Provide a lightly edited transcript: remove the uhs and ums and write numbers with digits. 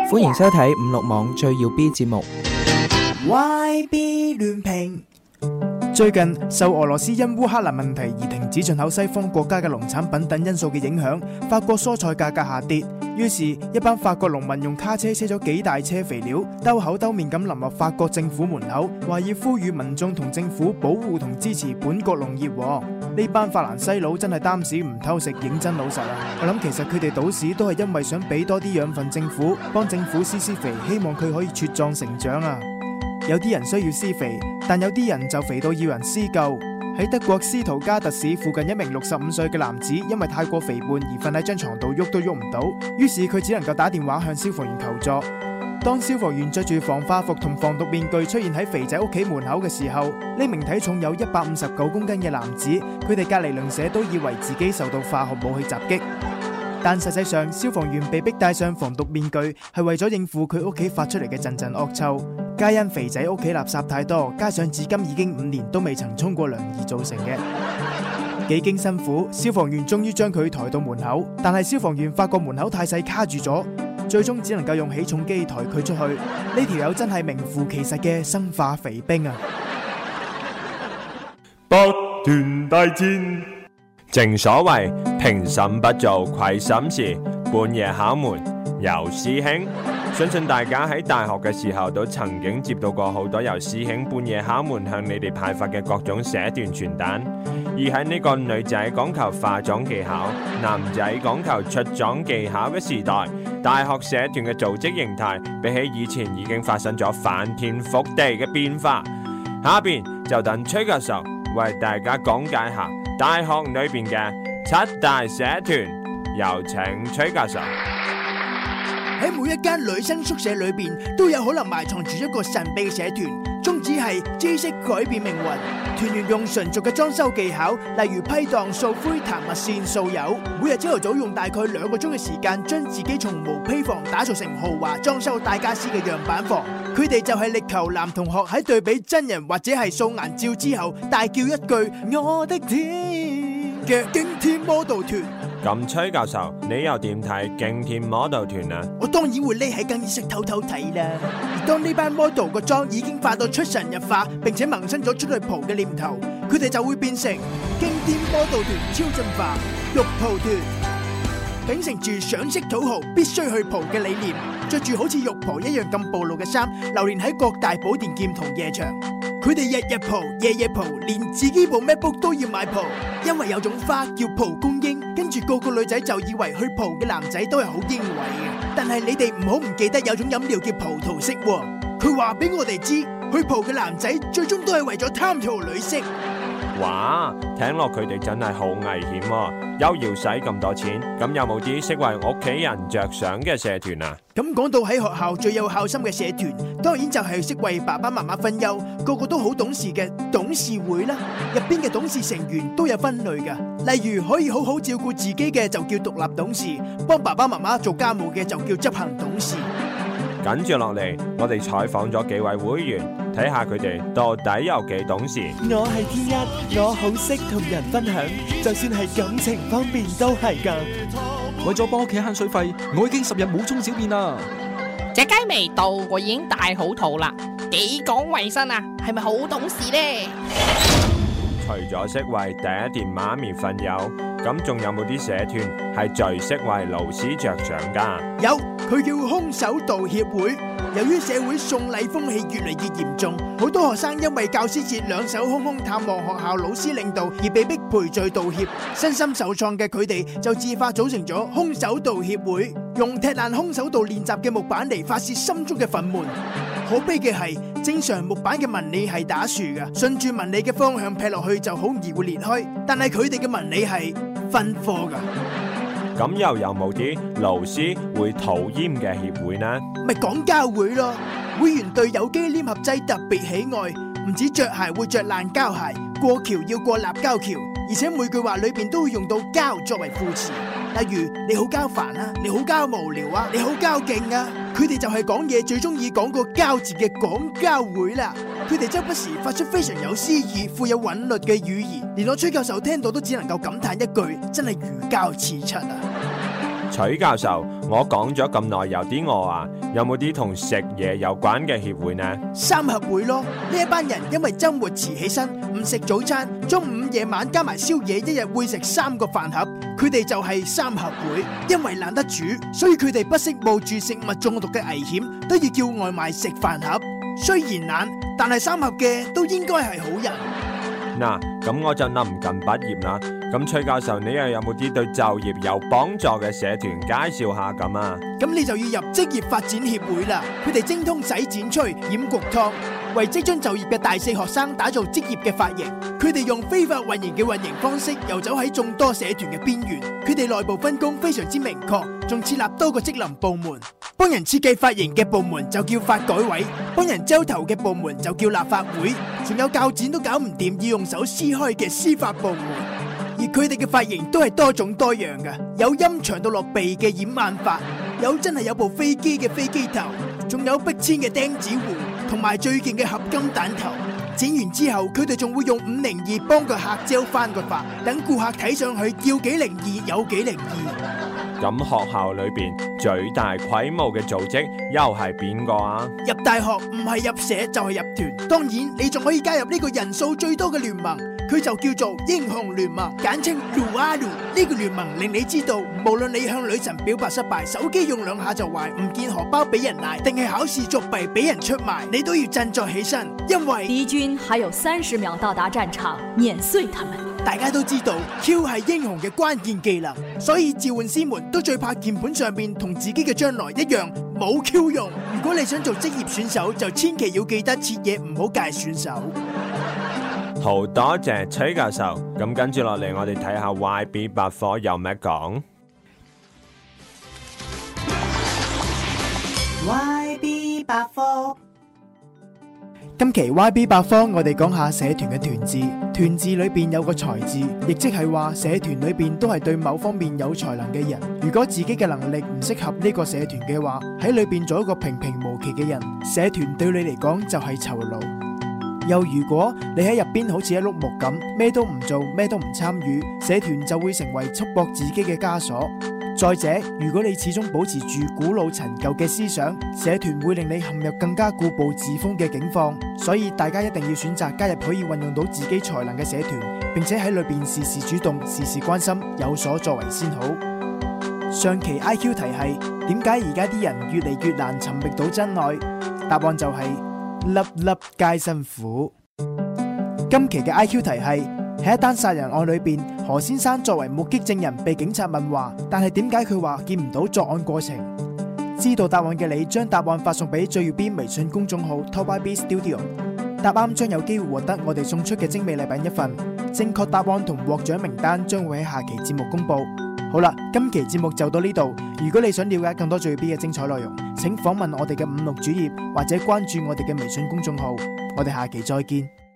歡迎收睇56網最耀 B 節目 YB 亂評。最近受俄羅斯因烏克蘭問題而停止進口西方國家嘅農產品等因素嘅影響，法國蔬菜價格下跌。於是，一班法國農民用卡車車咗幾大車肥料，兜口兜面咁淋入法國政府門口，話要呼籲民眾同政府保護同支持本國農業。呢班法蘭西佬真係擔屎唔偷食，認真老實啊！我諗其實佢哋倒屎都係因為想俾多啲養分政府，幫政府施肥，希望佢可以茁壯成長啊！有啲人需要施肥，但有啲人就肥到要人施救。喺德國斯圖加特市附近，一名65歲嘅男子因為太過肥胖而瞓喺張床度喐都喐唔到，於是佢只能夠打電話向消防員求助。當消防員着住防化服同防毒面具出現喺肥仔屋企門口嘅時候，呢名體重有159公斤嘅男子，佢哋隔離鄰舍都以為自己受到化學武器襲擊。但實際上，消防員被逼戴上防毒面具，係為咗應付佢屋企發出嚟嘅陣陣惡臭。皆因肥仔屋企垃圾太多，加上至今已經5年都未曾沖過涼而造成嘅。幾經辛苦，消防員終於將佢抬到門口，但係消防員發覺門口太細卡住咗，最終只能夠用起重機抬佢出去。呢條友真係名副其實嘅生化肥兵啊！ 不斷大戰，正所謂平生不做虧心事，半夜敲門有師兄。相信大家喺大學嘅時候都曾經接到過好多由師兄半夜敲門向你哋派發嘅各種寫段傳單。而喺呢個女仔講求化妝技巧，男仔講求出妝技巧嘅時代，大學社團嘅組織形態比起以前已經發生咗翻天覆地嘅變化。下邊就等崔教授為大家講解下大學裏邊嘅7大社團，有請崔教授。 喺每一間女生宿舍裏邊，都有可能埋藏住一個神秘嘅社團，宗旨係知識改變命運。團員用純熟嘅裝修技巧，例如批盪、掃灰、彈墨線、掃油，每日朝頭早用大概2個鐘嘅時間，將自己從毛坯房打造成豪華裝修大家私嘅樣板房。佢哋就係力求男同學喺對比真人或者係素顏照之後，大叫一句我的天嘅驚天 model 團。 咁崔教授，你又點睇驚天 model 團啊？ 我當然會匿喺更衣室偷偷睇啦。而當呢班 model 個妝已經化到出神入化，並且萌生咗出去蒲嘅念頭，佢哋就會變成驚天 model 團超進化玉蒲團，秉承住賞識土豪必須去蒲嘅理念，着住好似玉蒲一樣咁暴露嘅衫，流連喺各大寶電店同夜場。佢哋日日蒲，夜夜蒲，連自己部 MacBook 都要買蒲，因為有種花叫蒲公英，跟住個個女仔就以為去蒲嘅男仔都係好英偉嘅。但係你哋唔好唔記得有種飲料叫葡萄色喎，佢話俾我哋知，去蒲嘅男仔最終都係為咗貪圖女色。 哇，聽落佢哋真係好危險喎，又要使咁多錢，咁有冇啲識為屋企人着想嘅社團啊？ 咁講到喺學校最有孝心嘅社團，當然就係識為爸爸媽媽分憂，個個都好懂事嘅董事會啦。入邊嘅董事成員都有分類噶，例如可以好好照顧自己嘅就叫獨立董事，幫爸爸媽媽做家務嘅就叫執行董事。 跟住落嚟，我哋採訪咗幾位會員，睇下佢哋到底有幾懂事。 我係天一，我好識同人分享，就算係感情方面都係㗎。 為咗幫屋企慳水費，我已經10日冇沖小便啦。 隻雞未到，我已經大好肚啦。幾講衛生啊？係咪好懂事呢？ 除咗識為第一電媽咪分憂，咁仲有冇啲社團係最識為老師着想㗎？ 有，佢叫空手道協會。由於社會送禮風氣越嚟越嚴重，好多學生因為教師節兩手空空探望學校老師領導而被逼賠罪道歉。身心受創嘅佢哋就自發組成咗空手道協會，用踢爛空手道練習嘅木板嚟發洩心中嘅憤懣。可悲嘅係，正常木板嘅紋理係打豎嘅，順住紋理嘅方向劈落去就好容易會裂開，但係佢哋嘅紋理係分科㗎。 咁又有冇啲老師會討厭嘅協會呢？ 咪講膠會咯，會員對有機黏合劑特別喜愛，唔止着鞋會着爛膠鞋，過橋要過立交橋，而且每句話裏邊都會用到膠作為副詞，例如你好膠煩啊，你好膠無聊啊，你好膠勁啊，佢哋就係講嘢最中意講個膠字嘅講膠會啦。佢哋周不時發出非常有詩意、富有韻律嘅語言，連我崔教授聽到都只能夠感嘆一句：真係如膠似漆啊！ 崔教授，我講咗咁耐有啲餓啊， 有冇啲同食嘢有關嘅協會呢？ 三合會咯，呢一班人因為周末遲起身，唔食早餐，中午夜晚加埋宵夜，一日會食3個飯盒，佢哋就係三合會。因為懶得煮，所以佢哋不惜冒住食物中毒嘅危險，都要叫外賣食飯盒。雖然懶，但係三合嘅都應該係好人。 嗱，咁我就臨近畢業啦。咁崔教授，你又有冇啲對就業有幫助嘅社團介紹下咁啊？ 咁你就要入職業發展協會啦，佢哋精通洗剪吹、染焗燙，為即將就業嘅大四學生打造職業嘅髮型。佢哋用非法運營嘅運營方式，游走喺眾多社團嘅邊緣。佢哋內部分工非常之明確，仲設立多個職能部門。幫人設計髮型嘅部門就叫發改委，幫人揪頭嘅部門就叫立法會，仲有鉸剪都搞唔掂要用手撕開嘅司法部門。而佢哋嘅髮型都係多種多樣嘅，有陰長到落鼻嘅掩眼髮，有真係有部飛機嘅飛機頭，仲有逼遷嘅釘子戶，同埋最勁嘅合金彈頭。剪完之後，佢哋仲會用502幫個客膠翻個髮，等顧客睇上去叫幾靈異有幾靈異。 咁學校裏邊最大規模嘅組織又係邊個啊？ 入大學唔係入社就係入團，當然你仲可以加入呢個人數最多嘅聯盟，佢就叫做英雄聯盟，簡稱 Lualu。呢個聯盟令你知道，無論你向女神表白失敗，手機用2下就壞，唔見荷包俾人賴，定係考試作弊俾人出賣，你都要振作起身，因為敵軍還有30秒到達戰場，碾碎他們。 大家都知道 Q 係英雄嘅關鍵技能，所以召喚師們都最怕鍵盤上面同自己嘅將來一樣冇 Q 用。如果你想做職業選手，就千祈要記得切嘢唔好戒選手。 好多謝崔教授，咁跟住落嚟我哋睇下 YB 百科有咩講。 YB 百科。今期 YB 百科我哋講下社團嘅團字，團字裏邊有個才字，亦即係話社團裏邊都係對某方面有才能嘅人。如果自己嘅能力唔適合呢個社團嘅話，喺裏邊做一個平平無奇嘅人，社團對你嚟講就係酬勞。又如果你喺入邊好似一碌木咁，咩都唔做，咩都唔參與，社團就會成為束縛自己嘅枷鎖。再者，如果你始終保持住古老陳舊嘅思想，社團會令你陷入更加固步自封嘅境況。所以大家一定要選擇加入可以運用到自己才能嘅社團，並且喺裏邊時時主動、時時關心，有所作為先好。上期 IQ 題係點解而家啲人越嚟越難尋覓到真愛？答案就係粒粒皆辛苦。今期嘅 IQ 題係喺一單殺人案裏邊，何先生作為目擊證人被警察問話，但係點解佢話見唔到作案過程？知道答案嘅你將答案發送俾最耀 B 微信公眾號 TopYB Studio， 答啱將有機會獲得我哋送出嘅精美禮品一份。正確答案同獲獎名單將會喺下期節目公布。好啦，今期節目就到呢度。如果你想了解更多最耀 B 嘅精彩內容，請訪問我哋嘅56主頁或者關注我哋嘅微信公眾號。我哋下期再見。